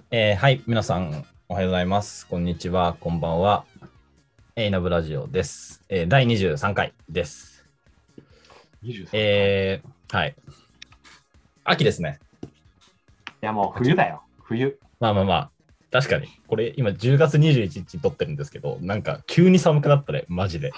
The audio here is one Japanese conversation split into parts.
はい、皆さんおはようございます。こんにちは、こんばんは。イナブラジオです。第23回です。 23回。 はい。秋ですね。 いや、もう冬だよ。冬。 まあ。確かに、これ今10月21日撮ってるんですけど、なんか急に寒くなったね、マジで。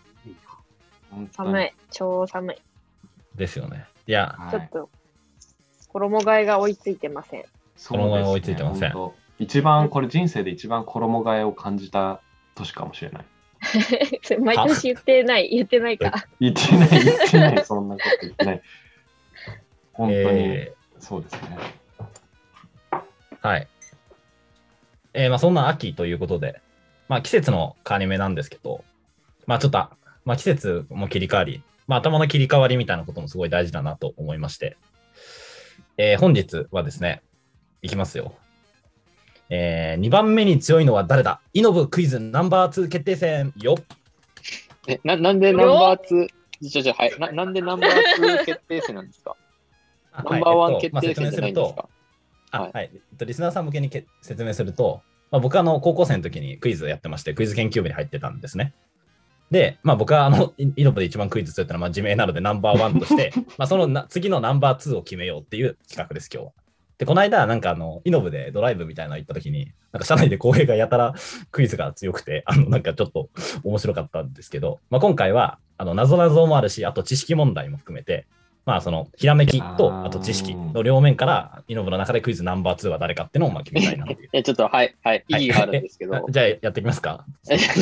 寒い、超寒い。 ですよね。いや、 ちょっと衣替えが追いついてません。 衣替えが追いついてません。 一番、これ人生で一番衣替えを感じた年かもしれない。 毎年言ってないか。 言ってない、そんなこと言ってない。本当に、そうですね。 はい。そんな秋ということで、季節の変わり目なんですけど、ちょっと、季節も切り替わり、頭の切り替わりみたいなこともすごい大事だなと思いまして、本日はですね、いきますよ。2番目に強いのは誰だ？イノブクイズナンバー2決定戦よ。 なんでナンバー2、はい、なんでナンバー2決定戦なんですか？ナンバーワン決定戦じゃないんですか？ リスナーさん向けに説明すると、僕は高校生の時にクイズをやってまして、クイズ研究部に入ってたんですね。で、僕はイノブで一番クイズ強いってのは自明なのでナンバーワンとして、その次のナンバー2を決めようっていう企画です、今日は。で、この間、イノブでドライブみたいなの行った時に、社内で公平がやたらクイズが強くて、ちょっと面白かったんですけど、今回は、謎々もあるし、あと知識問題も含めて、そのひらめきとあと知識の両面からイノブの中でクイズナンバー2は誰かっていうのを決めたいなという。 ちょっと意義があるんですけど。 じゃあやっていきますか。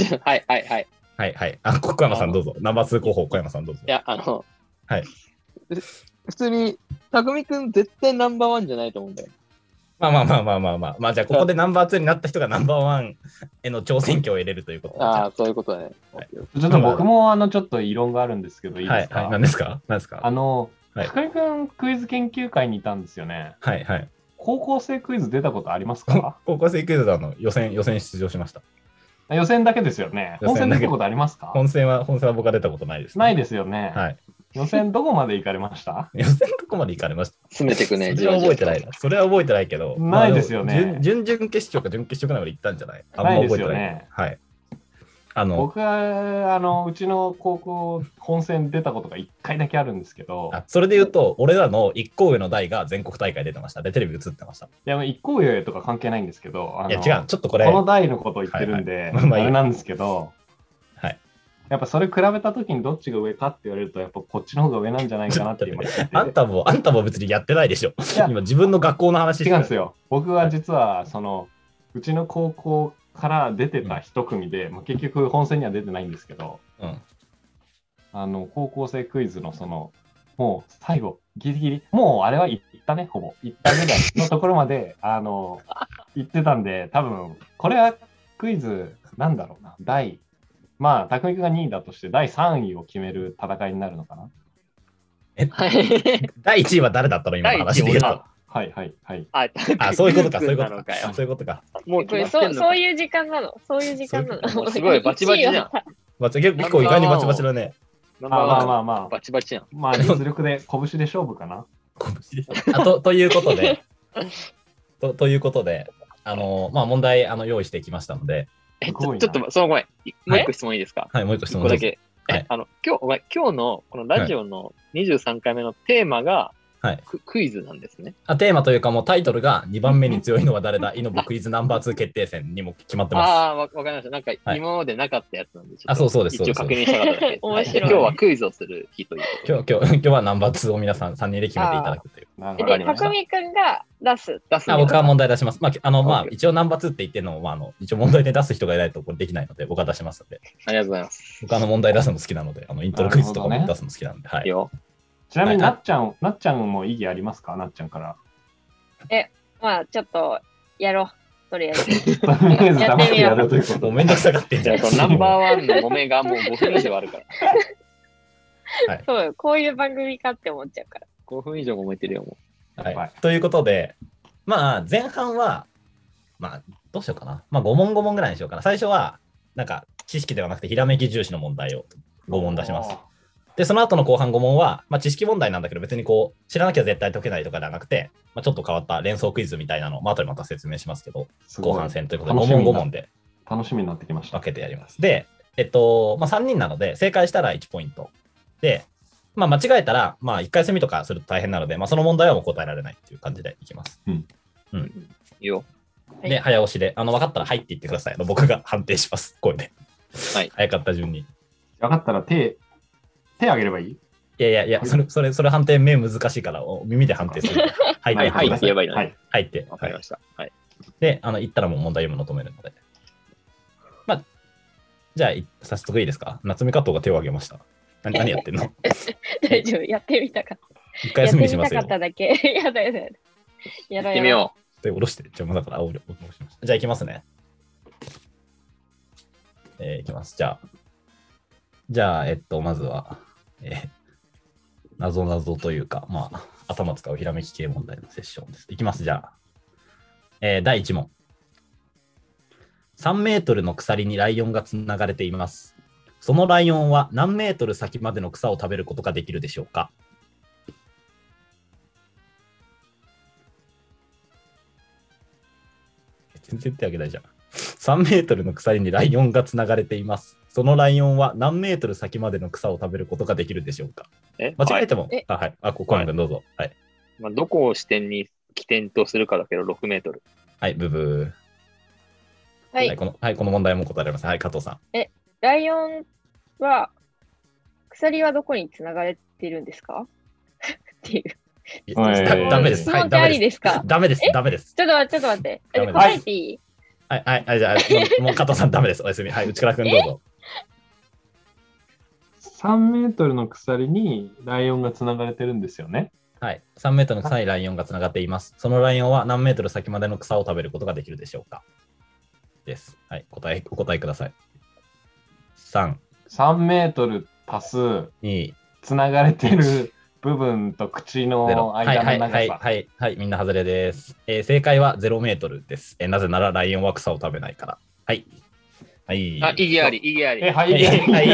はい。小山さんどうぞ。ナンバー2候補、小山さんどうぞ。 いや、 はい。 普通に、匠くん絶対ナンバーワンじゃないと思うんだよ。 じゃあここでナンバー2になった人がナンバーワンへの挑戦権を入れるということ。 そういうことだね。 ちょっと僕もちょっと異論があるんですけど、いいですか？ 何ですか？ 高井くんクイズ研究会にいたんですよね。 はい。 高校生クイズ出たことありますか？ 高校生クイズで予選出場しました。 予選だけですよね。本戦出たことありますか？ 本戦は僕は出たことないです、 ね。ないですよね。 はい。 予選どこまで行かれました？ 予選どこまで行かれました？ 詰めてくね。 それは覚えてないな。それは覚えてないけど。 ないですよね。 準々決勝か準決勝かなまで行ったんじゃない？ ないですよね。 はい。 僕はうちの高校本戦出たことが1回だけあるんですけど、 それで言うと俺らの1校上の代が全国大会出てました。でテレビ映ってました。いや1校上とか関係ないんですけど、 いや違う、ちょっとこれこの代のことを言ってるんで、あれなんですけど、 はい、 やっぱそれ比べたときにどっちが上かって言われるとやっぱこっちの方が上なんじゃないかなって今言ってて。 あんたも別にやってないでしょ。今自分の学校の話違うんですよ。僕は実はうちの高校から出てた一組で、結局本戦には出てないんですけど、高校生クイズのもう最後ギリギリもうあれは行ったね、ほぼ行ったぐらいのところまで行ってたんで、多分これはクイズなんだろうな、匠くんが2位だとして第3位を決める戦いになるのかな。 第1位は誰だったの今の話で言うと。 はい。 そういうことか。そういうことか。 もうそういう時間なの。 すごいバチバチじゃん。 結構意外にバチバチだね。 バチバチじゃん。 実力で拳で勝負かな。 ということで、問題用意してきましたので。 ちょっとその前、もう一個質問いいですか？ はい、もう一個質問だけ。今日のこのラジオの23回目のテーマが、クイズなんですね。 テーマというかもうタイトルが2番目に強いのは誰だイノブクイズナンバー2決定戦にも決まってます。 わかりました。なんか今までなかったやつなんで、 そうです。 一応確認したかっただけです。 面白い。 今日はクイズをする日ということで。今日はナンバー2を皆さん3人で決めていただくという。 で、匠くんが出す。 僕は問題出します。一応ナンバー2って言ってるのも、一応問題で出す人がいないとこれできないので、僕は出しますので。 ありがとうございます。 僕問題出すの好きなので、イントロクイズとかも出すの好きなので。はい。 ちなみになっちゃんも意義ありますか？なっちゃんから。 ちょっとやろう。とりあえず。 とりあえず黙ってやるということ。 もうめんどくさがってんじゃん。 ナンバーワンのごめんがもう5分以上あるから。 そうよ。こういう番組かって思っちゃうから。 5分以上揉めてるよ、もう。ということで、前半は、どうしようかな。5問ぐらいにしようかな。最初は、知識ではなくて、ひらめき重視の問題を5問出します。 で、その後の後半5問は、まあ、知識問題なんだけど、別にこう、知らなきゃ絶対解けないとかではなくて、まあ、ちょっと変わった連想クイズみたいなのを、まあ後でまた説明しますけど、後半戦ということで、5問5問で楽しみになってきました。 分けてやります。で、まあ、3人なので、正解したら1ポイント。で、まあ、間違えたら、まあ、1回戦目とかすると大変なので、まあ、その問題はもう答えられないっていう感じでいきます。 いいよ。 で、早押しで、分かったらはいって言ってください。僕が判定します。これで。 はい。 早かった順に。 分かったら手挙げればいい？ いや、それ判定目難しいから、耳で判定する。はいって言えばいいのね。 はいって。 わかりました。はい。 で、言ったらもう問題読むの止めるので。まあ、じゃあ、早速いいですか？夏目加藤が手を挙げました。何やってんの？ 大丈夫、やってみたかった。 一回休みにしますよ。 やってみたかっただけ。やだ。 やってみよう。で、下ろして。じゃあ、だから、下ろしました。じゃあ、行きますね。行きます。じゃあ、まずは、なぞなぞというか、まあ、頭使うひらめき系問題のセッションです。いきます。じゃあ、第1問。3メートルの鎖にライオンがつながれています。そのライオンは何メートル先までの草を食べることができるでしょうか？全然手挙げないじゃん。3メートルの鎖にライオンがつながれています。そのライオンは何メートル先までの草を食べることができるでしょうか？間違えても。はい。小山君どうぞ。はい。 まあ、どこを起点とするかだけど、6メートル。 はい、ブブー。はい。この問題も答えられます。はい、加藤さん。 ライオンは、鎖はどこにつながれてるんですかっていう。 ダメです。 質問ってありですか？ ダメです。ダメです。 ちょっと待って。答えていい？ はい、じゃあ、もう加藤さんダメです。おやすみ。はい、内倉君どうぞ。 3メートルの鎖にライオンがつながれてるんですよね。 はい。3メートルの草にライオンがつながっています。そのライオンは何メートル先までの草を食べることができるでしょうか？です。はい。お答えください。 3メートル足す 2 つながれてる部分と口の間の長さ。 はい、みんな外れです。正解は0メートルです。なぜならライオンは草を食べないから。はい。 あ、意義あり。 はい。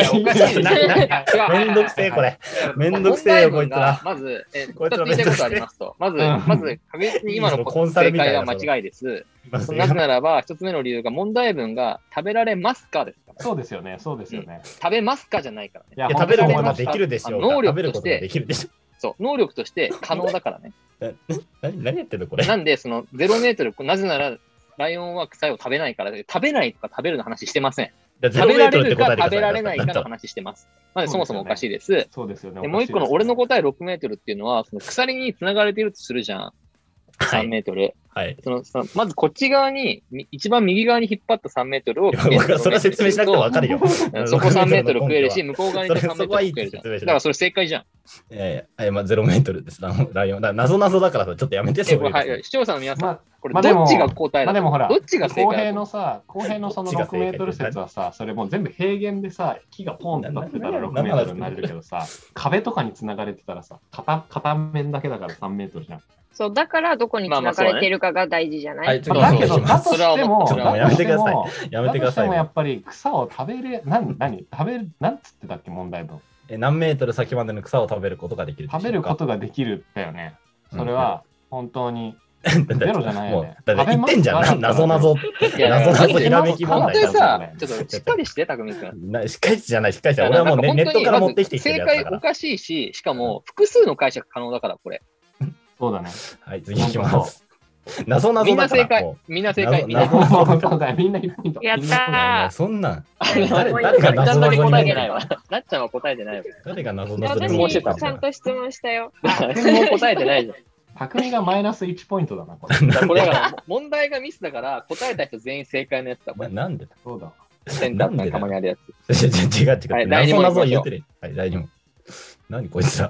おかしいです。 めんどくせえ、これ。めんどくせえよ、こいつら。 まず、2つ言いたいことありますと。まず、確実に今の正解は間違いです。なぜならば、1つ目の理由が問題文が食べられますかですから。 そうですよね。食べますかじゃないからね。 いや、食べることができるでしょう。 能力として、そう、能力として可能だからね。 何やってんの、これ。 なんで、その0メートル、なぜなら、ライオンは草を食べないから、食べないとか食べるの話してません。食べられるか食べられないかの話してます。まずそもそもおかしいです。 そうですよね。 でもう一個の俺の答え6メートルっていうのは、その鎖につながれているとするじゃん。3メートル。 はい。 まずこっち側に、一番右側に引っ張った3メートルを。 それは説明しなくてもわかるよ。 そこ3メートル食えるし、向こう側に3メートル食えるじゃん。だからそれ正解じゃん。 まあ0メートルです。ライオン。謎だからさ、ちょっとやめて、 視聴者の皆さん、これどっちが答えだ？ でもほら、 どっちが正解？ 公平のその6メートル説はさ、それもう全部平原でさ、木がポンって立ってたら6メートルになれるけどさ、壁とかにつながれてたらさ、片面だけだから3メートルじゃん。 そう、だからどこにつながれてるかが大事じゃない？ だけど、だとしても、 やめてください。やめてください。 でもやっぱり草を食べる、なんつってたっけ、問題文。 何メートル先までの草を食べることができる。 食べることができるだよね。それは、本当に。ゼロじゃないよね。 言ってんじゃん。謎ひらめき問題さ、ちょっとしっかりして、たくみくん。 しっかりじゃない。俺はもうネットから持ってきて正解おかしいし、しかも複数の解釈可能だから、これ。 そうだね。 はい、次行きます。謎だから。 みんな正解。みんな1ポイント。やったー。 そんなん。 誰が謎だけ答えてないわ。なっちゃんは答えてないわ。 誰が謎私、ちゃんと質問したよ。 もう答えてないじゃん。 匠がマイナス1ポイントだな、これ。 これだから問題がミスだから答えた人全員正解のやつだ。 なんでだ？ そうだ。 なんでたまにあるやつ。 違う。 謎言ってる。はい、第2問。何こいつら。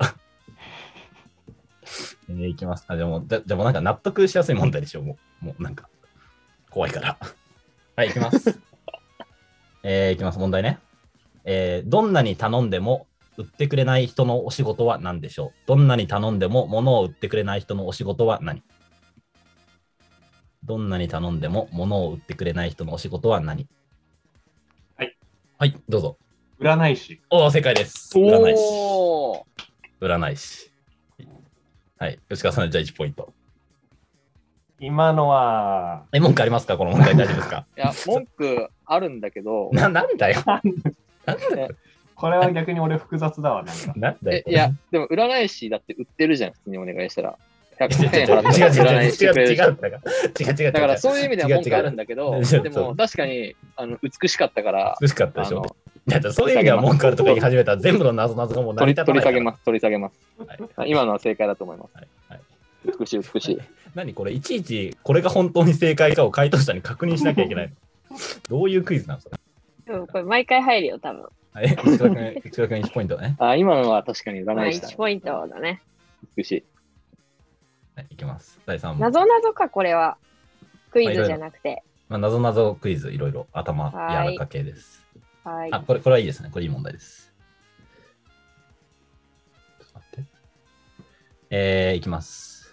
いきます。じゃあもうなんか納得しやすい問題でしょ。もうなんか怖いから。はい、いきます。いきます。問題ね。どんなに頼んでも売ってくれない人のお仕事は何でしょう？どんなに頼んでも物を売ってくれない人のお仕事は何？どんなに頼んでも物を売ってくれない人のお仕事は何？ はい。 はい、どうぞ。 占い師。 正解です。占い師。 占い師。はい。吉川さん、じゃあ1ポイント。 今のは、 文句ありますかこの問題大丈夫ですかいや、文句あるんだけど、 なんだよ。 これは逆に俺複雑だわ、なんか。 なんだよ。 いや、でも占い師だって売ってるじゃん、普通にお願いしたら。100 違円払ったら占いしてくれるし。 う。 だからそういう意味では文句あるんだけど、でも確かに美しかったから、 美しかったでしょ。そういう意味では文句あるとか言い始めたら全部の謎がもう成り立たない。 取り下げます。今のは正解だと思います。美しい。 何これ、いちいちこれが本当に正解かを回答者に確認しなきゃいけないの。どういうクイズなんですか？ でもこれ毎回入るよ、多分。 石川君1ポイントね。 今のは確かに占い師だ。 1ポイントだね。 美しい。 いきます。第3問。 謎々か、これは。クイズじゃなくて。 謎々クイズ、いろいろ頭柔らか系です。 はい。 これはいいですね。これいい問題です。ちょっと待って。いきます。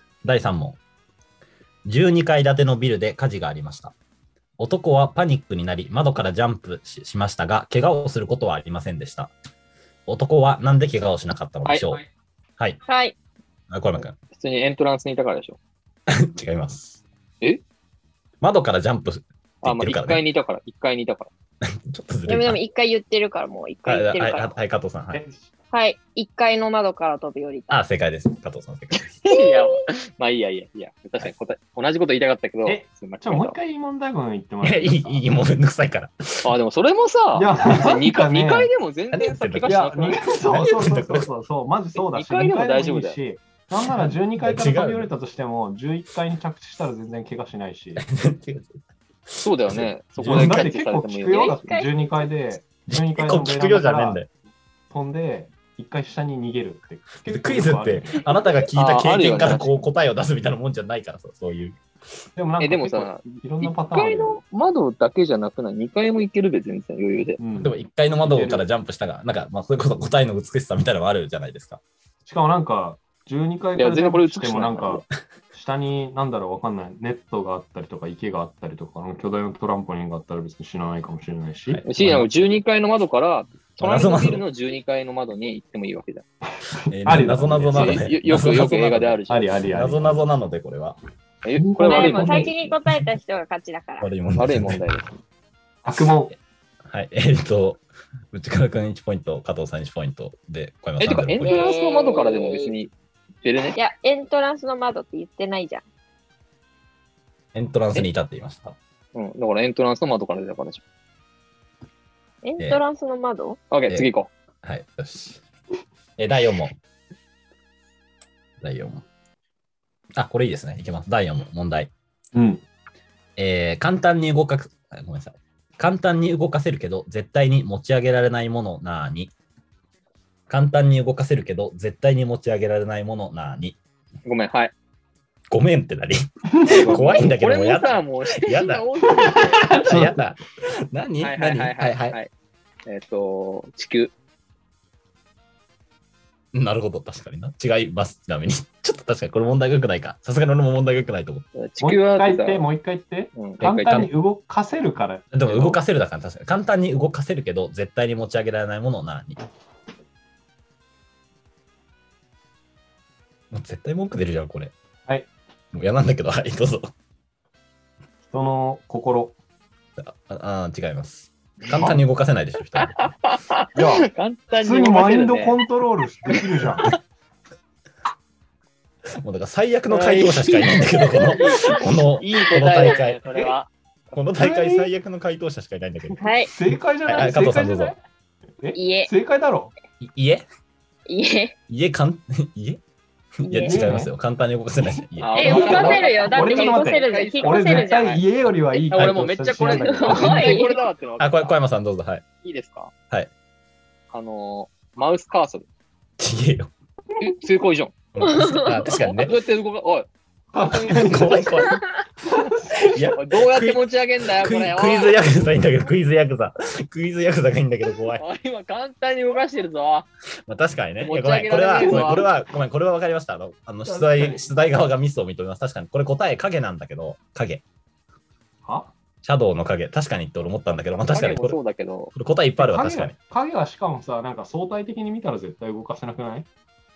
第3問。12階建てのビルで火事がありました。男はパニックになり、窓からジャンプ しましたが、怪我をすることはありませんでした。男はなんで怪我をしなかったのでしょう？はい。 はい。 小山君。 普通にエントランスにいたからでしょ？ 違います。窓からジャンプって言ってるから、ね。1階にいたから。 ちょっとずれる。 でも1回言ってるから、もう1回言ってるから。 はい、加藤さん。 はい。1階の窓から飛び降りた。 正解です。加藤さん、正解です。 いや、まあいいや。確かに同じこと言いたかったけど。 もう一回問題文言ってもらっていい、もうめんどくさいから。 でもそれもさ、2階でも全然さ、怪我しなくない？ そう、マジそうだし、 2階でも大丈夫だし。なんなら12階から飛び降りたとしても、11階に着地したら全然怪我しないし。 そうだよね。そこでだって結構聞くよ。だって12階で、12階のベランダから飛んで、1回下に逃げるって。 クイズって、あなたが聞いた経験からこう答えを出すみたいなもんじゃないからさ、そういう。 でもさ、 いろんなパターン 1階の窓だけじゃなくない？ 2 階も行けるべ、全然余裕で。 でも1階の窓からジャンプしたが、なんか、それこそ答えの美しさみたいなのがあるじゃないですか。 しかもなんか、12階からジャンプしてもなんか、下にわかんない、ネットがあったりとか、池があったりとか、巨大なトランポリンがあったら別に知らないかもしれないし。 12階の窓から、隣のビルの12階の窓に行ってもいいわけだ。 謎なので。 よく映画であるし。 謎なので、これは。 これ悪い問題。先に答えた人が勝ちだから。 悪い問題です。 悪問。 はい。内川君1ポイント、加藤さん1ポイントで、小山さん。 てか、エントランスの窓からでも別に出るね。 いや、エントランスの窓って言ってないじゃん。 エントランスにいたって言いました。 だからエントランスの窓から出たからじゃん。 エントランスの窓 ？OK、次行こう。はい、よし。第4問。これいいですね。いきます。第4問、問題。簡単に動かせるけど、絶対に持ち上げられないものなーに。簡単に動かせるけど、絶対に持ち上げられないものなーに。 ごめん、はい。 ごめんって何？怖いんだけど、もうやだ。 もうやだ。やだ。何？ はい。地球。 なるほど、確かにな。違います、ちなみに。ちょっと確かにこれ問題が良くないか。さすがに俺も問題が良くないと思う。 地球はもう一回言って。簡単に動かせるから。 でも動かせるだから、確かに。簡単に動かせるけど、絶対に持ち上げられないものなに。もう絶対文句出るじゃん、これ。 はい。 もう嫌なんだけど、はい、どうぞ。 人の心。 違います。簡単に動かせないでしょ、人は。 いや、簡単に普通にマインドコントロールできるじゃん。 もうだから最悪の回答者しかいないんだけど、この大会。この大会最悪の回答者しかいないんだけど。 はい。 正解じゃない？ 加藤さんどうぞ。 家。 正解だろ。 家いや、違いますよ。簡単に動かせないし。 動かせるよ。だって引っ越せるじゃん。 俺絶対家よりはいい。 俺もめっちゃこれだわっての。 小山さんどうぞ。はい。 いいですか？ はい。 マウスカーソル。 ちげえよ。 正解じゃん。 確かにね。 どうやって動か、おい。 怖い。 いや、どうやって持ち上げんだよ、これ。 クイズヤクザいいんだけど、クイズヤクザがいいんだけど、怖い。 今、簡単に動かしてるぞ。 まあ確かにね。これは分かりました。出題側がミスを認めます。確かに、これ答え、影なんだけど、影。シャドウの影。確かにって俺思ったんだけど、まあ確かにこれ答えいっぱいあるわ、確かに。 影はしかもさ、なんか相対的に見たら絶対動かせなくない？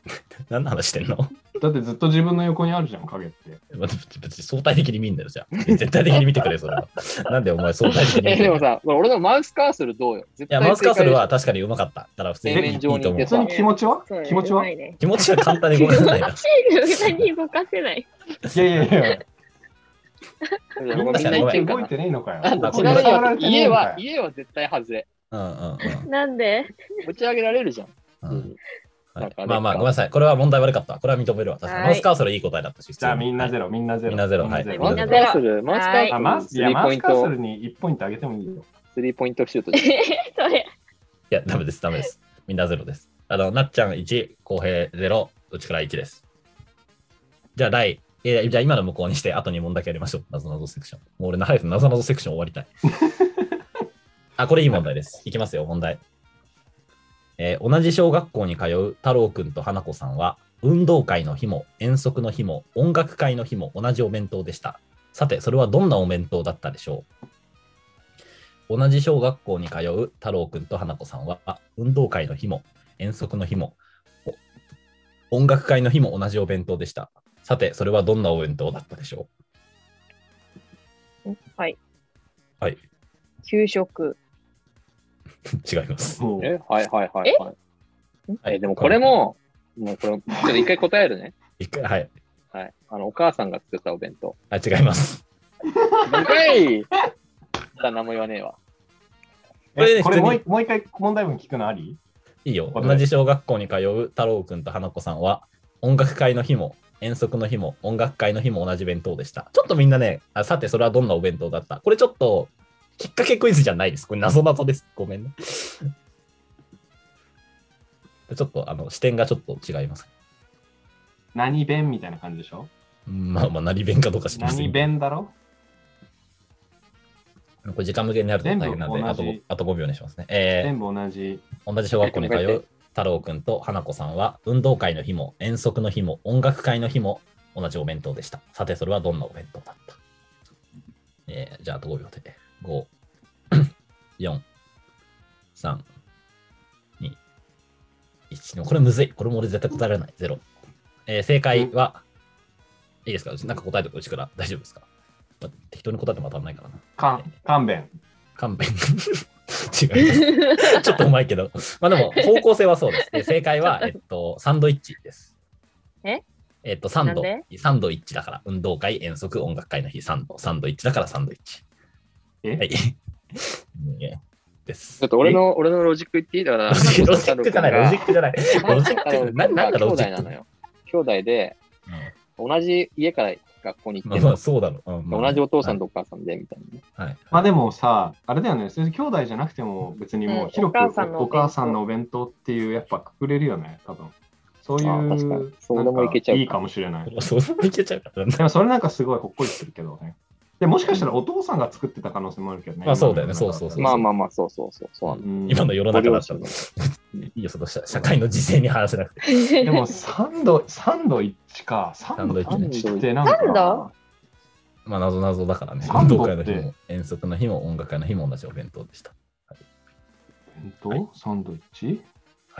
何の話してんの？ だってずっと自分の横にあるじゃん、影って。 別に相対的に見んだよ、じゃあ。絶対的に見てくれ、それは。なんでお前相対的に見てるでもさ、俺のマウスカーソルどうよ。 いや、マウスカーソルは確かにうまかった。だから普通にいいと思う。 普通に気持ちはそうね気持ちはうまいね気持ちは簡単に動かせないな。 何動かせない。 いやいやいや。 みんな確かに言ってんかな。 動いてねえのかよ。 ちなみに家は絶対外れ。 なんで持ち上げられるじゃん。 はい、まあまあ、ごめんなさい。これは問題悪かった。これは認めるわ。確かに。マウスカーソルいい答えだったし。 じゃあみんなゼロ、みんなゼロ。 みんなゼロ。はい。 みんなゼロ。 マウスカーソル、 マウスカーソルに1ポイントあげてもいいよ。 3ポイントシュート。 それ。 いや、ダメです、ダメです。みんなゼロです。なっちゃん1、浩平0、うちから1です。じゃあ、じゃあ今の向こうにして、あと2問だけやりましょう。なぞなぞセクション。もう俺、早くなぞなぞセクション終わりたい。あ、これいい問題です。いきますよ、問題。同じ小学校に通う太郎くんと花子さんは、運動会の日も遠足の日も音楽会の日も同じお弁当でした。さて、それはどんなお弁当だったでしょう？同じ小学校に通う太郎くんと花子さんは、運動会の日も遠足の日も音楽会の日も同じお弁当でした。さて、それはどんなお弁当だったでしょう？はい。 はい。 給食。 違います。 はいはいはい。でもこれも、ちょっと一回答えるね。 一回、はい。 はい。お母さんが作ったお弁当。 あ、違います。 何回じゃあ何も言わねえわ。 これもう一回問題文聞くのあり？ いいよ。同じ小学校に通う太郎くんと花子さんは、音楽会の日も遠足の日も音楽会の日も同じ弁当でした。ちょっとみんなね、さてそれはどんなお弁当だった？これちょっと、きっかけクイズじゃないです。これ謎々です。ごめんね。ちょっと視点がちょっと違います。 何弁みたいな感じでしょ？ まあまあ何弁かどうか知りません。 何弁だろ？ これ時間無限になると大変なんで、あと5秒にしますね。 全部同じ小学校に通う太郎くんと花子さんは、運動会の日も遠足の日も音楽会の日も同じお弁当でした。さてそれはどんなお弁当だった？じゃああと5秒で。5、4、3、2、1。これむずい。これも俺絶対答えられない。0。正解は、いいですか？なんか答えておくうちから大丈夫ですか？適当に答えても当たらないからな。 勘弁。 勘弁。違います。ちょっとうまいけど。まあでも、方向性はそうです。正解は、サンドイッチです。サンドイッチだから。運動会、遠足、音楽会の日、サンドイッチだからサンドイッチ。はい。です。 ちょっと俺のロジック言っていい？だから、 ロジックじゃない。ロジックじゃない。 ロジックなんだロジックなのよ。兄弟で、同じ家から学校に行ってまあそうだろう。 同じお父さんとお母さんでみたいなね。 まあでもさ、あれだよね。兄弟じゃなくても別にもう広くお母さんのお弁当っていうやっぱくくれるよね、多分。そういう、 そうでもいけちゃう。 いいかもしれない。 そうでもいけちゃうから。 でもそれなんかすごいほっこりするけどね。でもしかしたらお父さんが作ってた可能性もあるけどね。 まあそうだよね。そう。 まあ、そう。 今の世の中だったら。いいよ、その社会の時勢に話せなくて。 でもサンドイッチか。サンドイッチってなんか。 まあ、謎だからね。運動会の日も遠足の日も音楽会の日も同じお弁当でした。 弁当？サンドイッチ？ はい。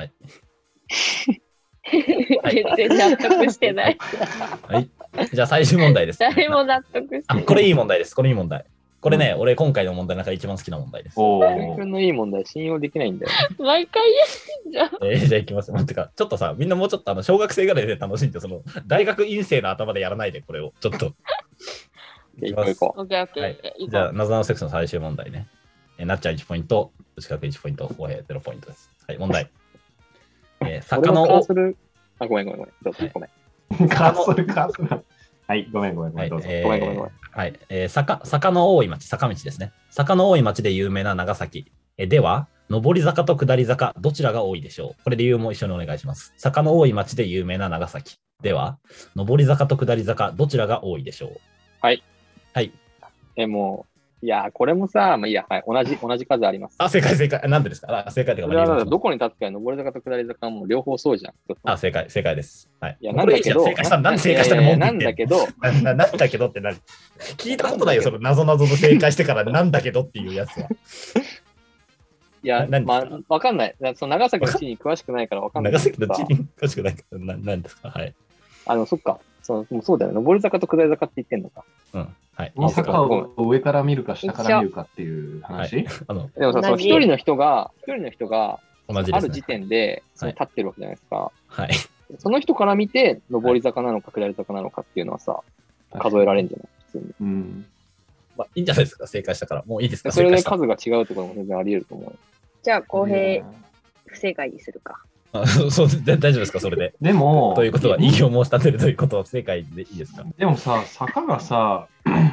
全然納得してない。 はい。じゃあ最終問題です。 誰も納得してない。 これいい問題です。これいい問題。これね、俺今回の問題の中で一番好きな問題です。 自分のいい問題信用できないんだよ。 毎回言ってんじゃん。 じゃあいきます。待ってか、ちょっとさ、みんなもうちょっと小学生ぐらいで楽しんで、大学院生の頭でやらないで、これを。ちょっと。 行こう。 じゃあ、謎のセクション最終問題ね。なっちゃん1ポイント、内角1ポイント、浩平0ポイントです。はい、問題。魚を。 ごめん。どうぞ、ごめん。 カーソル。はい、ごめん。どうぞ。ごめん。 はい。坂の多い町、坂道ですね。坂の多い町で有名な長崎。では、上り坂と下り坂、どちらが多いでしょう？これ理由も一緒にお願いします。坂の多い町で有名な長崎。では、上り坂と下り坂、どちらが多いでしょう？ はい。 はい。 もう、いや、これもさ、まあいいや、はい、同じ数あります。 正解。なんでですか？正解というか、 どこに立つか、上り坂と下り坂も両方そうじゃん。 正解です。はい。 いや、なんだけど、 なんで正解したらもうなんだけど、 なんだけどって何？聞いたことないよ、その謎の正解してからなんだけどっていうやつは。 いや、 何ですかまあ、わかんない。その長崎の地に詳しくないからわかんない。 長崎の地に詳しくないから何ですか？はい。 そっか。そうだよね。上り坂と下り坂って言ってんのか。 うん。はい。 坂を上から見るか下から見るかっていう話、 はい、 でもさ、その一人の人が、 同じですね、 ある時点で立ってるわけじゃないですか。 はい。 その人から見て、上り坂なのか下り坂なのかっていうのはさ、数えられるんじゃない普通に。 うん。 まあ、いいんじゃないですか、正解したから。もういいですか？ それで数が違うってことも全然あり得ると思う。 じゃあ、公平、不正解にするか。 そう大丈夫ですか、それで。 でも、 ということは、異議を申し立てるということは不正解でいいですか？ でもさ、坂がさ、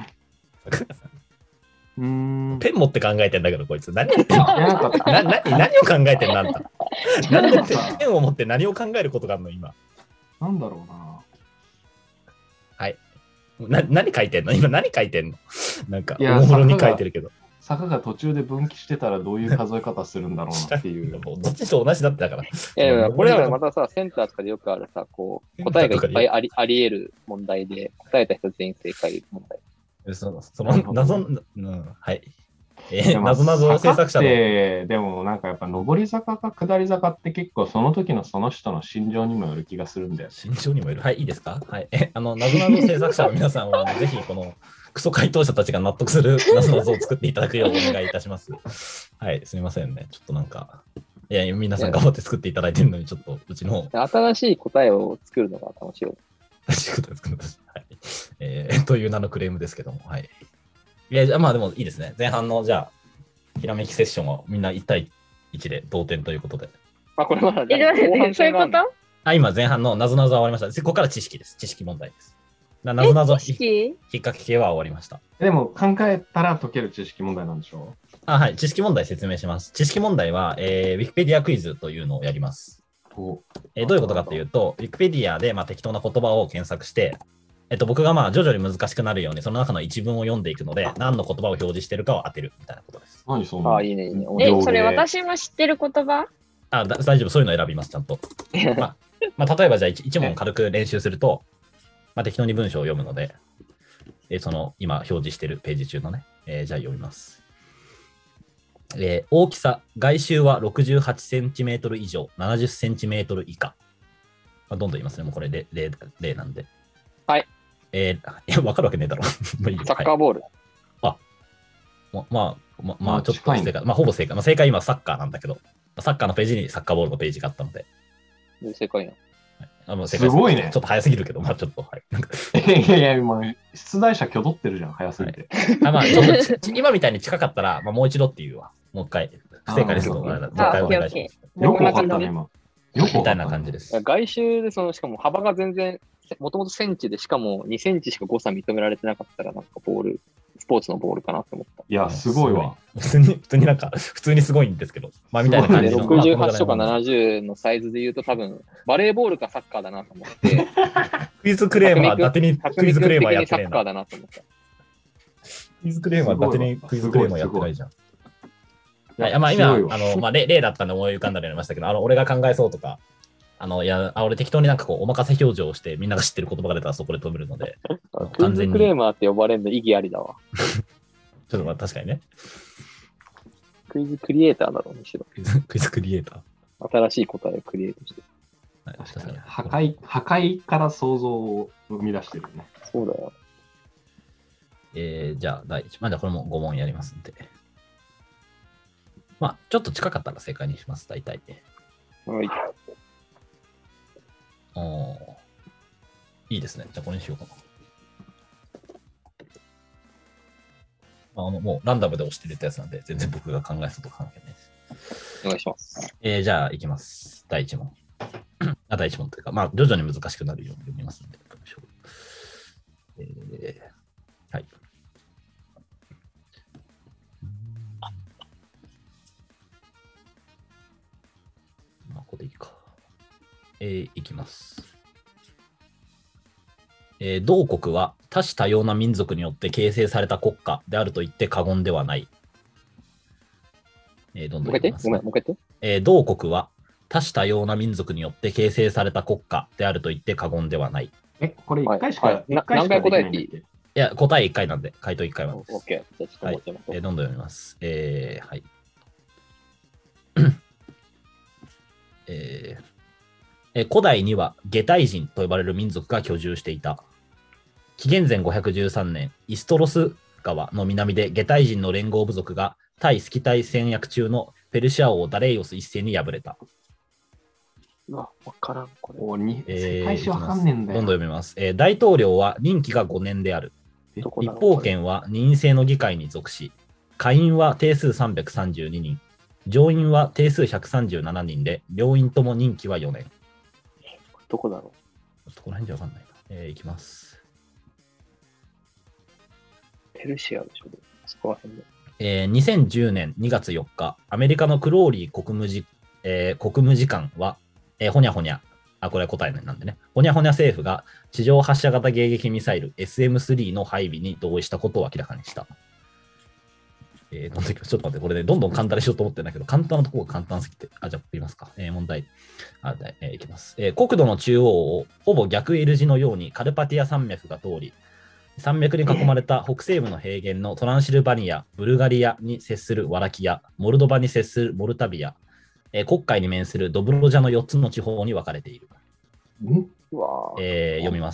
ペン持って考えてんだけど、こいつ。何を考えてんのあんた。なんでペンを持って何を考えることがあるの、今。 なんだろうな。 はい。何書いてんの今何書いてんのなんか、大物に書いてるけど。 坂が途中で分岐してたらどういう数え方するんだろうなっていう。 どっちと同じだってだから。 これはまたさ、センターとかでよくあるさ、こう、答えがいっぱいあり得る問題で、答えた人全員正解問題。 その謎、はい。謎々制作者の。 でもなんかやっぱ上り坂か下り坂って結構その時のその人の心情にもよる気がするんだよ。 心情にもよる。はい、いいですか？はい。謎々制作者の皆さんは、ぜひこのクソ回答者たちが納得する謎々を作っていただくようお願いいたします。はい、すみませんね。ちょっとなんか、いや、皆さん頑張って作っていただいてるのに、ちょっとうちの。 新しい答えを作るのが楽しい。 新しい答えを作るのが、はい。という名のクレームですけども、はい。いや、じゃあまあでもいいですね。前半の、じゃあ、ひらめきセッションはみんな1対1で同点ということで。 これはそういうこと？ 今前半の謎々は終わりました。ここから知識です。知識問題です。謎々 知識？ 引っ掛け系は終わりました。 でも考えたら解ける知識問題なんでしょう？ はい。知識問題説明します。知識問題は、Wikipedia クイズというのをやります。どういうことかというと、Wikipedia で適当な言葉を検索して、僕が徐々に難しくなるように、その中の一文を読んでいくので、何の言葉を表示しているかを当てるみたいなことです。 何そんな？ いいね、いいね。 それ私も知ってる言葉？ 大丈夫。そういうの選びます、ちゃんと。例えばじゃあ一問軽く練習すると、適当に文章を読むので、今表示しているページ中のね、じゃあ読みます。大きさ、外周は68センチメートル以上、70センチメートル以下。どんどん言いますね。もうこれ例なんで。 はい。 わかるわけねえだろ。 サッカーボール。 ちょっと正解。ほぼ正解。正解今サッカーなんだけど、サッカーのページにサッカーボールのページがあったので。 正解な。 すごいね。 ちょっと早すぎるけど、ちょっと、はい。 いや、もう、出題者挙動ってるじゃん、早すぎて。 ちょっと今みたいに近かったら、もう一度っていうわ。もう一回。不正解ですので、もう一回お願いします。 よくわかったね、今。 みたいな感じです。 外周で、しかも幅が全然、もともとセンチで、しかも2センチしか誤差認められてなかったら、スポーツのボールかなって思った。 いや、すごいわ。 普通にすごいんですけど、みたいな感じの。 68とか70のサイズで言うと、多分、バレーボールかサッカーだなと思って。 クイズクレーマー、伊達にクイズクレーマーやってない。 サッカーだなと思った。 クイズクレーマー、伊達にクイズクレーマーやってないじゃん。今、例だったんで思い浮かんだのやりましたけど、俺が考えそうとか、俺適当にお任せ表情をしてみんなが知ってる言葉が出たらそこで止めるので。 クイズクレーマーって呼ばれるの意義ありだわ。 ちょっと確かにね。 クイズクリエイターだろう、むしろ。 クイズクリエイター。新しい答えをクリエイトして。 確かに破壊から想像を生み出してるね。 そうだよ。 じゃあ、第1問。じゃあこれも5問やりますんで。ちょっと近かったら正解にします、大体。 はい。 いいですね。じゃあこれにしようかな。もうランダムで押してるってやつなんで、全然僕が考えたと関係ないです。 お願いします。 じゃあ、いきます。第1問。第1問というか、徐々に難しくなるように読みますので、はい。ここでいいか。いきます。同国は多種多様な民族によって形成された国家であると言って過言ではない。どんどんいきます、ね。 もう一回言って。 同国は多種多様な民族によって形成された国家であると言って過言ではない。 これ1回しか、 何回答えていい？ いや、答え1回なんで、回答1回までです。 OK。じゃあちょっとどんどん読みます。はい。 古代にはゲタイ人と呼ばれる民族が居住していた。紀元前513年、イストロス川の南でゲタイ人の連合部族が対スキタイ戦略中のペルシア王ダレイオス一世に敗れた。 うわ、わからん、これ。 世界史わかんねえんだよ。 どんどん読みます。大統領は任期が5年である。 どこだろう立法権は任意制の議会に属し、下院は定数332人、上院は定数137人で、両院とも任期は4年。 どこだろこの辺じゃわかんないな。いきます。 う。ペルシアでしょ、そこら辺で。 2010年2月4日、アメリカのクローリー国務次官は、ほにゃほにゃ、これは答えなんでね、ほにゃほにゃ政府が地上発射型迎撃ミサイル SM3 の配備に同意したことを明らかにした。ちょっと待って、これね、どんどん簡単にしようと思ってるんだけど、簡単なところが簡単すぎて、じゃあ、言いますか。問題。いきます。国土の中央をほぼ逆 L 字のようにカルパティア山脈が通り、山脈に囲まれた北西部の平原のトランシルバニア、ブルガリアに接するワラキア、モルドバに接するモルタビア、黒海に面するドブロジャの4つの地方に分かれている。 うわ読みます。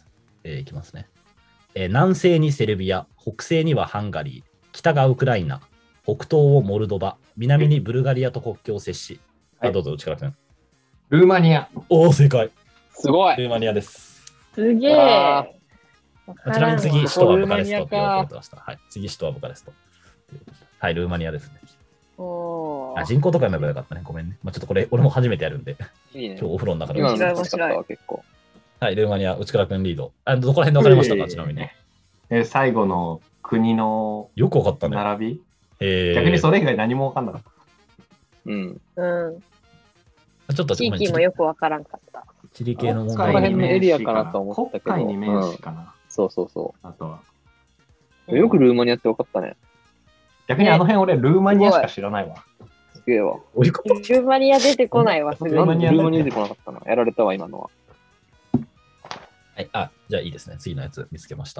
いきますね。南西にセルビア、北西にはハンガリー、北がウクライナ、北東をモルドバ、南にブルガリアと国境を接し、どうぞ、内川君。 ルーマニア。 おお、正解。 すごい。 ルーマニアです。 すげえ。 ちなみに次、首都はブカレストって言われてました。はい、次、首都はブカレスト。はい、ルーマニアですね。人口とか読めばよかったね。ごめんね。ちょっとこれ、俺も初めてやるんで。 いいね。 今日お風呂の中で。 今の面白かった結構。 はい、ルーマニア、内倉君リード。どこら辺で分かりましたか、ちなみに。 最後の国のよく分かったね。 並び、逆にそれ以外何も分かんなかった。 うん。 ちょっと地域もよく分からんかった。 地理系の問ここら題辺のエリアかなと思ったけど。 黒海に面しかな。 そうそうそあとは。 う。よくルーマニアって分かったね。 逆にあの辺俺、ルーマニアしか知らないわ。 すげえわ。 ルーマニア出てこないわ、すぐに。 ルーマニア出てこなかったな。やられたわ、今のは。 はい、じゃあいいですね。次のやつ見つけました。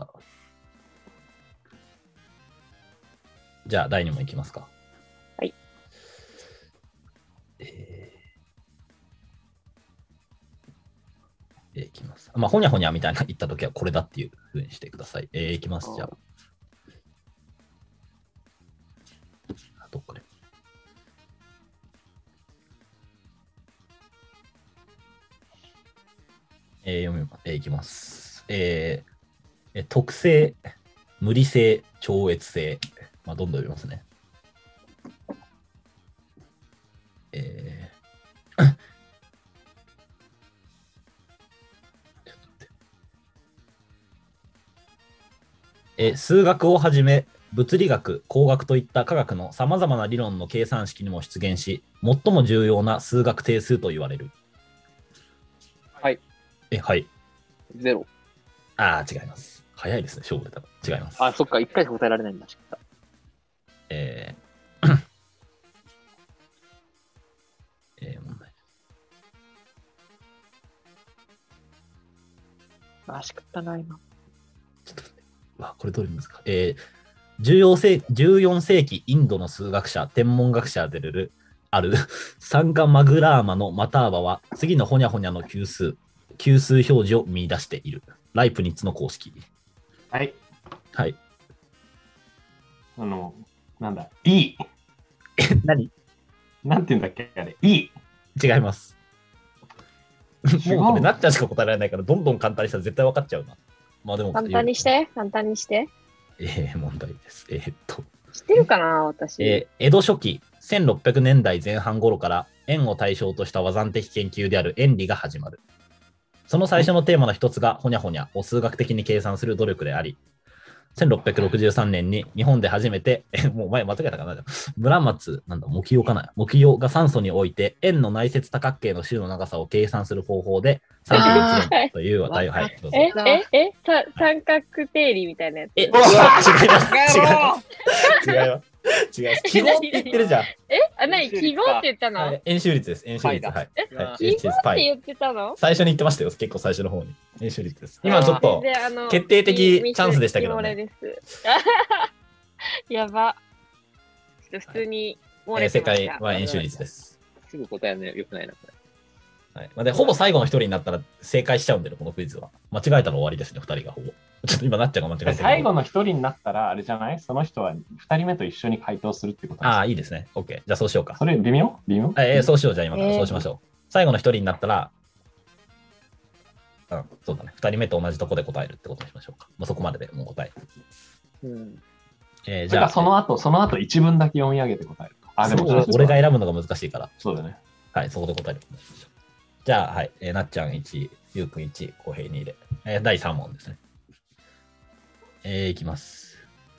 じゃあ、第2問いきますか。 はい。 いきます。ほにゃほにゃみたいな言ったときはこれだっていうふうにしてください。いきます。じゃあ。どっかで。読みます。いきます。特性、無理性、超越性。どんどん読みますね。数学をはじめ、物理学、工学といった科学のさまざまな理論の計算式にも出現し、最も重要な数学定数と言われる。 はい。 はい。 ゼロ。 違います。早いですね、勝負で多分。違います。 そっか、1回しか答えられないんだ。しかったな、今。 ちょっと待って。これどれですか。14世紀インドの数学者、天文学者であるサンガ・マグラーマのマターバは次のホニャホニャの級数表示を見出している。ライプニッツの公式。 はい。 はい。 なんだ、E。 何なんて言うんだっけあれ、E。 違います。もうこれなっちゃんしか答えられないから、どんどん簡単にしたら絶対分かっちゃうな。でも簡単にして。問題です。 知ってるかな、私。 江戸初期、1600年代前半頃から円を対象とした和算的研究である円理が始まる。その最初のテーマの一つが、ほにゃほにゃを数学的に計算する努力であり、1663年に日本で初めて、もう前間違えたかな、村松、模擬用が酸素において、円の内接多角形の周の長さを計算する方法で、三角年という、はい、どうぞ。 三角定理みたいなやつ。 違います。違います。記号って言ってるじゃん。 記号って言ったの？ 円周率です。円周率。はい。 記号って言ってたの？ 最初に言ってましたよ。結構最初の方に。円周率です。今ちょっと決定的チャンスでしたけどね。 やば。普通に正解は円周率です。 すぐ答えるのよくないな、これ。 はいまあ、でほぼ最後の一人になったら正解しちゃうんで、このクイズは。間違えたら終わりですね、2人がほぼ。ちょっと今なっちゃうが間違えてる。 最後の一人になったら、あれじゃない？その人は2人目と一緒に回答するってことです。 ああ、いいですね。OK。じゃあそうしようか。 それ微妙？ そうしよう。じゃあ今からそうしましょう。最後の一人になったら、そうだね。2人目と同じとこで答えるってことにしましょうか。そこまででもう答え。 じゃあその後一文だけ読み上げて答える。 でも俺が選ぶのが難しいから。 そうだね。 はい、そこで答える。じゃあ、はい、なっちゃん1、ゆうくん1、こうへい2で、第3問ですね。いきます。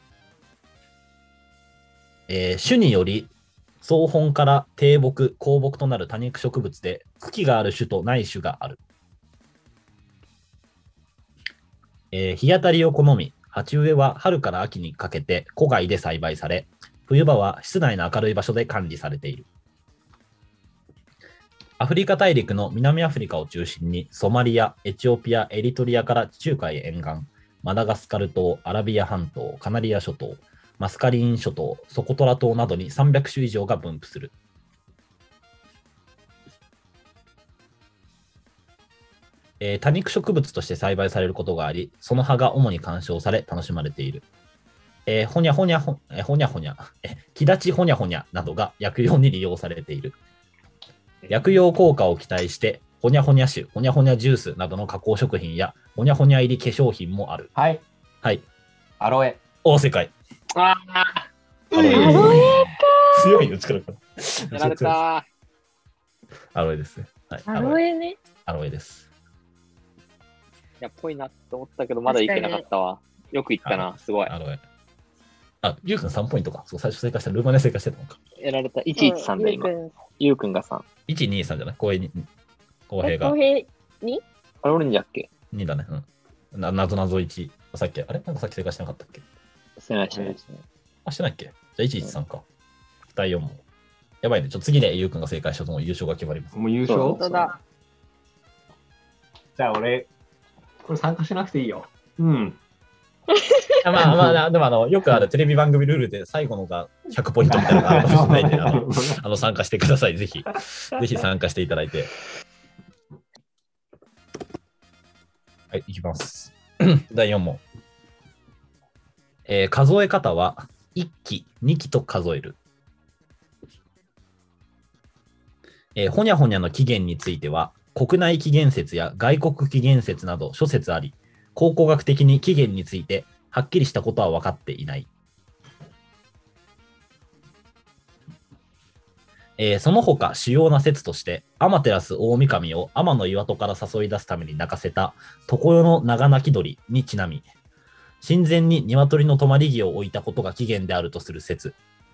種により、草本から低木、高木となる多肉植物で、茎がある種とない種がある。日当たりを好み、鉢植えは春から秋にかけて戸外で栽培され、冬場は室内の明るい場所で管理されている。アフリカ大陸の南アフリカを中心にソマリア、エチオピア、エリトリアから地中海沿岸、マダガスカル島、アラビア半島、カナリア諸島、マスカリーン諸島、ソコトラ島などに300種以上が分布する。多肉植物として栽培されることがあり、その葉が主に観賞され楽しまれている。ほにゃほにゃ、木立ちほにゃほにゃなどが薬用に利用されている。薬用効果を期待して、ほにゃほにゃ酒、ほにゃほにゃジュースなどの加工食品や、ほにゃほにゃ入り化粧品もある。 はい。 はい。 アロエ。 正解。 アロエか。 強いよ、力が。 やられた。 アロエですね。はい、 アロエね。 アロエです。 いや、ぽいなって思ったけど、まだいけなかったわ。よくいったな、すごい。 アロエ。ゆうくん3ポイントか。そう、最初正解した。ルーマネ正解してたのか。 やられた。113で今。ゆうくんが3。 123じゃない？公平が。 公平 2？ あれ、俺んじゃっけ ?2 だね。うん。なぞなぞ1。さっき、なんかさっき正解してなかったっけ？ してない。してない。 してないっけ？じゃあ113か。第4問。やばいね。次でゆうくんが正解したとも優勝が決まります。 もう優勝？ 本当だ。 じゃあ俺、これ参加しなくていいよ。うん。 でもよくあるテレビ番組ルールで最後のが100ポイントみたいなのがあるかもしれないんで、参加してください。ぜひ参加していただいて。はい、いきます。第4問。数え方は1期、2期と数える。ほにゃほにゃの起源については、国内起源説や外国起源説など諸説あり、考古学的に起源についてはっきりしたことは分かっていない。その他主要な説として、天照大神を天の岩戸から誘い出すために泣かせた常世の長鳴き鳥にちなみ、神前に鶏の止まり木を置いたことが起源であるとする説。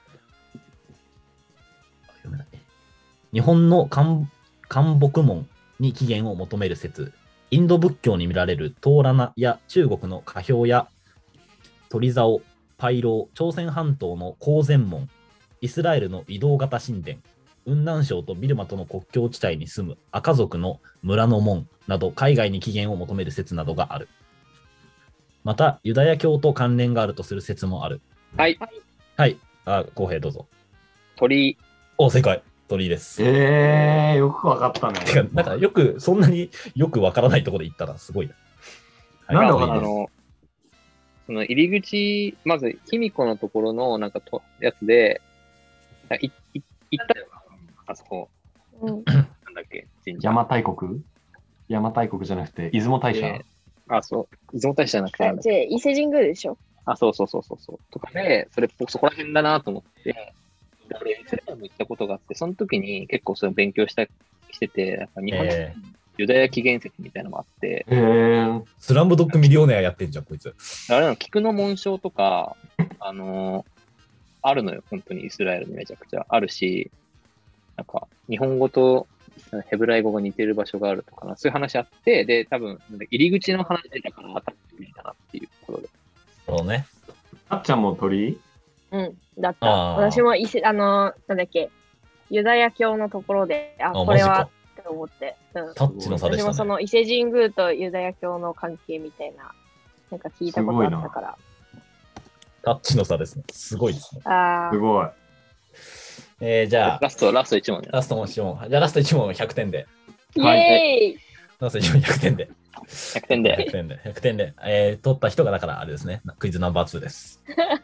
日本の漢木門に起源を求める説。インド仏教に見られるトーラナや中国の花氷や鳥竿、パイロー、朝鮮半島の光前門、イスラエルの移動型神殿、雲南省とビルマとの国境地帯に住む赤族の村の門など海外に起源を求める説などがある。また、ユダヤ教と関連があるとする説もある。 はい。 はい。公平どうぞ。 鳥居。 正解。鳥居です。 よくわかったね。 てか、なんかそんなによくわからないところで行ったらすごいな。 なんでわかんない？ その入り口、まず、卑弥呼のところのなんかやつで、行ったよな、あそこ。なんだっけ、 邪馬台国じゃなくて、出雲大社。 そう。出雲大社じゃなくて。 じゃあ、伊勢神宮でしょ？ そう。とかで、そこら辺だなと思って、俺、イスラエルも行ったことがあって、その時に結構それ勉強してて、やっぱ日本のユダヤ起源説みたいなのもあって、 スラムドッグミリオネアやってんじゃん、こいつ。 あれの菊の紋章とか、あるのよ、本当にイスラエルにめちゃくちゃあるし、なんか日本語とヘブライ語が似てる場所があるとかな、そういう話あって、で、多分入り口の話だから当たってみたなっていうところで。 そうね。 あっちゃんも鳥居？ だった。私もなんだっけ、ユダヤ教のところで、これはって思って。 タッチの差でしたね。 私もその伊勢神宮とユダヤ教の関係みたいな、なんか聞いたことあったから。 タッチの差ですね。すごいですね。 すごい。 じゃあ、 ラスト1問ね。 ラスト1問。じゃあ、ラスト1問100点で。 イエーイ。 ラスト1問100点で。 100点で。 100点で。100点で。取った人がだからあれですね。クイズナンバー2です。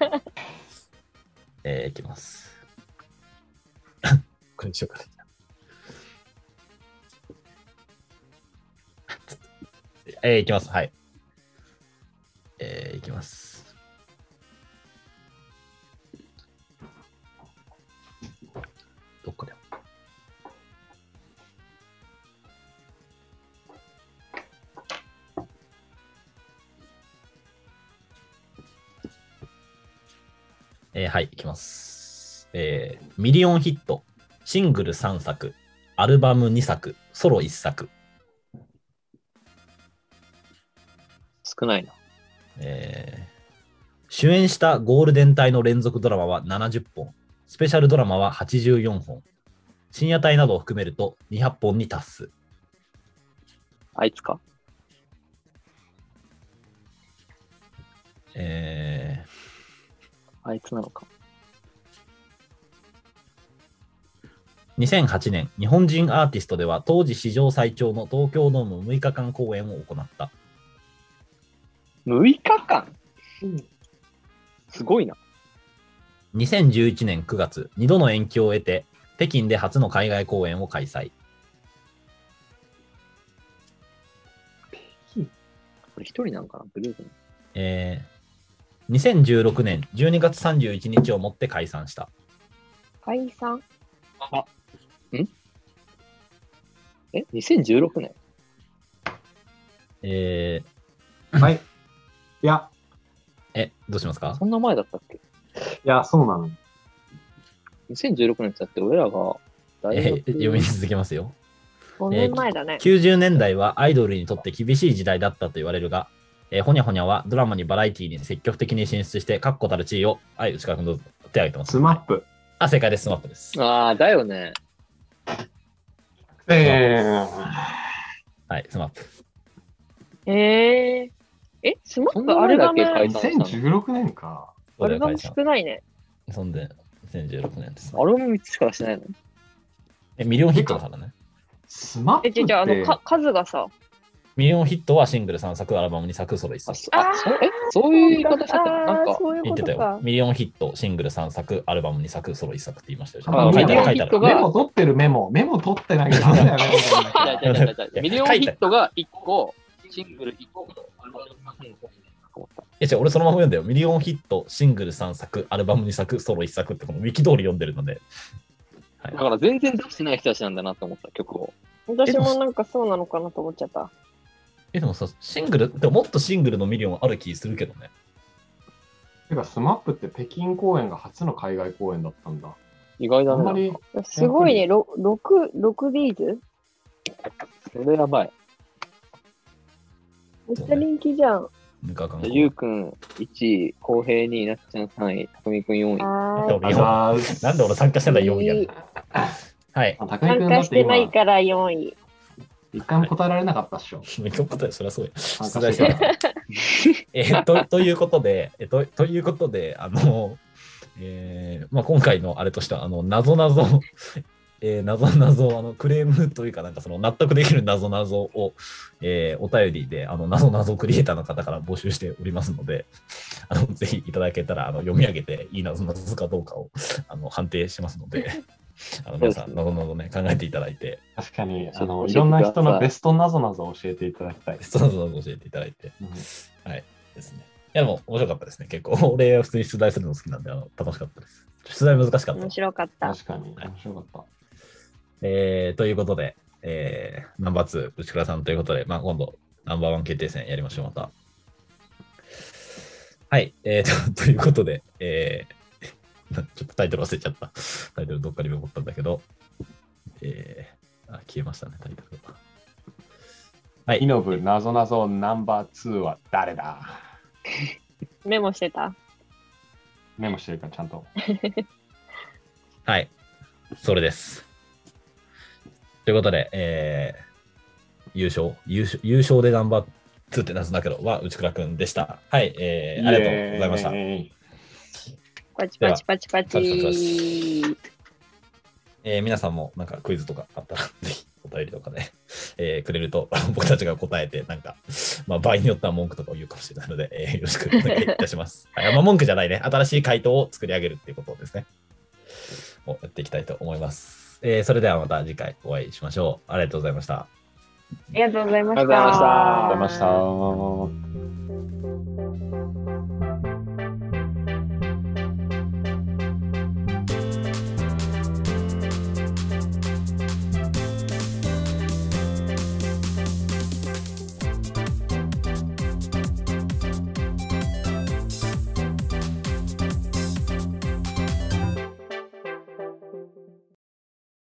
いきます。これにしようかな。いきます。はい。いきます。どっかで。はい、いきます。ミリオンヒット、シングル3作、アルバム2作、ソロ1作。 少ないな。 主演したゴールデン帯の連続ドラマは70本、スペシャルドラマは84本、深夜帯などを含めると200本に達す。 あいつか。あいつなのか。 2008年、日本人アーティストでは当時史上最長の東京ドーム6日間公演を行った。 6日間、すごいな。 2011年9月、2度の延期を得て、北京で初の海外公演を開催。 これ一人なんかな、グループの。 2016年12月31日をもって解散した。 解散？ 2016年はい。いや、 どうしますか？ そんな前だったっけ？ いや、そうなの。 2016年ってだって俺らが大学、 読み続けますよ。 5年前だね。 90年代はアイドルにとって厳しい時代だったと言われるが、ほにゃほにゃはドラマにバラエティに積極的に進出して確固たる地位を、はい、内川君どうぞ手を挙げてます。 スマップ。 あ、正解です。スマップです。 ああ、だよね。 はい、スマップ。 スマッそんなプアルバム、 前だけ解散したの？ 2016年か。 アルバム少ないね。 そんで、2016年です。 アルバム3つしか出してないの？ ミリオンヒットだからね。 スマップって。 じゃあ、数がさ、 ミリオンヒットはシングル3作、アルバム2作、ソロ1作。 そういう言い方してたの？なんか、 そういう言ってたよことか。。 ミリオンヒット、シングル3作、アルバム2作、ソロ1作って言いましたよ。 あ書いてある、書いてある。 ミリオンヒットがメモ取ってるメモ取ってないけど、なんだよね。 ミリオンヒットが1個、シングル1個、アルバム3個。 違う、俺そのまま読んだよ。ミリオンヒット、シングル3作、アルバム2作、ソロ1作ってこのウィキ通り読んでるので。はい、 だから全然出してない人たちなんだなと思った、曲を。 私もなんかそうなのかなと思っちゃった。 でもさ、シングル、でももっとシングルのミリオンある気するけどね。 てか、スマップって北京公演が初の海外公演だったんだ。 意外だね。 あんまり、 すごいね、6ビーズそれやばい。 めっちゃ人気じゃん。 じゃあ、ゆうくん1位、浩平2位、なっちゃん3位、たくみくん4位。 なんで俺参加してない4位やる。はい。 参加してないから4位。 一回も答えられなかったっしょ。 めっちゃ答え、そりゃそうや。出題してた。ということで、まあ、今回のあれとしては、なぞなぞ、クレームというか、なんかその納得できるなぞなぞを、お便りで、なぞなぞクリエイターの方から募集しておりますので、ぜひいただけたら、読み上げていいなぞなぞかどうかを、判定しますので、皆さん、なぞなぞね、考えていただいて。 確かに、いろんな人のベストなぞなぞを教えていただきたい。 ベストなぞなぞ教えていただいて。はい。ですね。いや、でも面白かったですね。結構、俺は普通に出題するの好きなんで、楽しかったです。出題難しかった。 面白かった。 確かに、面白かった。 ということで、ナンバー2、内倉さんということで、まあ、今度、ナンバー1決定戦やりましょう、また。はい。ということで、ちょっとタイトル忘れちゃった。タイトルどっかにメモったんだけど、消えましたね、タイトルが。はい。 イノブなぞなぞナンバー2は誰だ？ メモしてた？ メモしてるか、ちゃんと。 はい。それです。ということで、優勝でナンバー2って謎だけど、は内倉くんでした。はい。ありがとうございました。 パチパチパチパチ。 皆さんもなんかクイズとかあったら、ぜひお便りとかで、くれると、僕たちが答えて、なんか、まあ、場合によっては文句とかを言うかもしれないので、よろしくお願いいたします。はい、まあ、文句じゃないね。新しい回答を作り上げるっていうことですね。をやっていきたいと思います。それではまた次回お会いしましょう。ありがとうございました。 ありがとうございましありがとうございましたた。 ありがとうございました。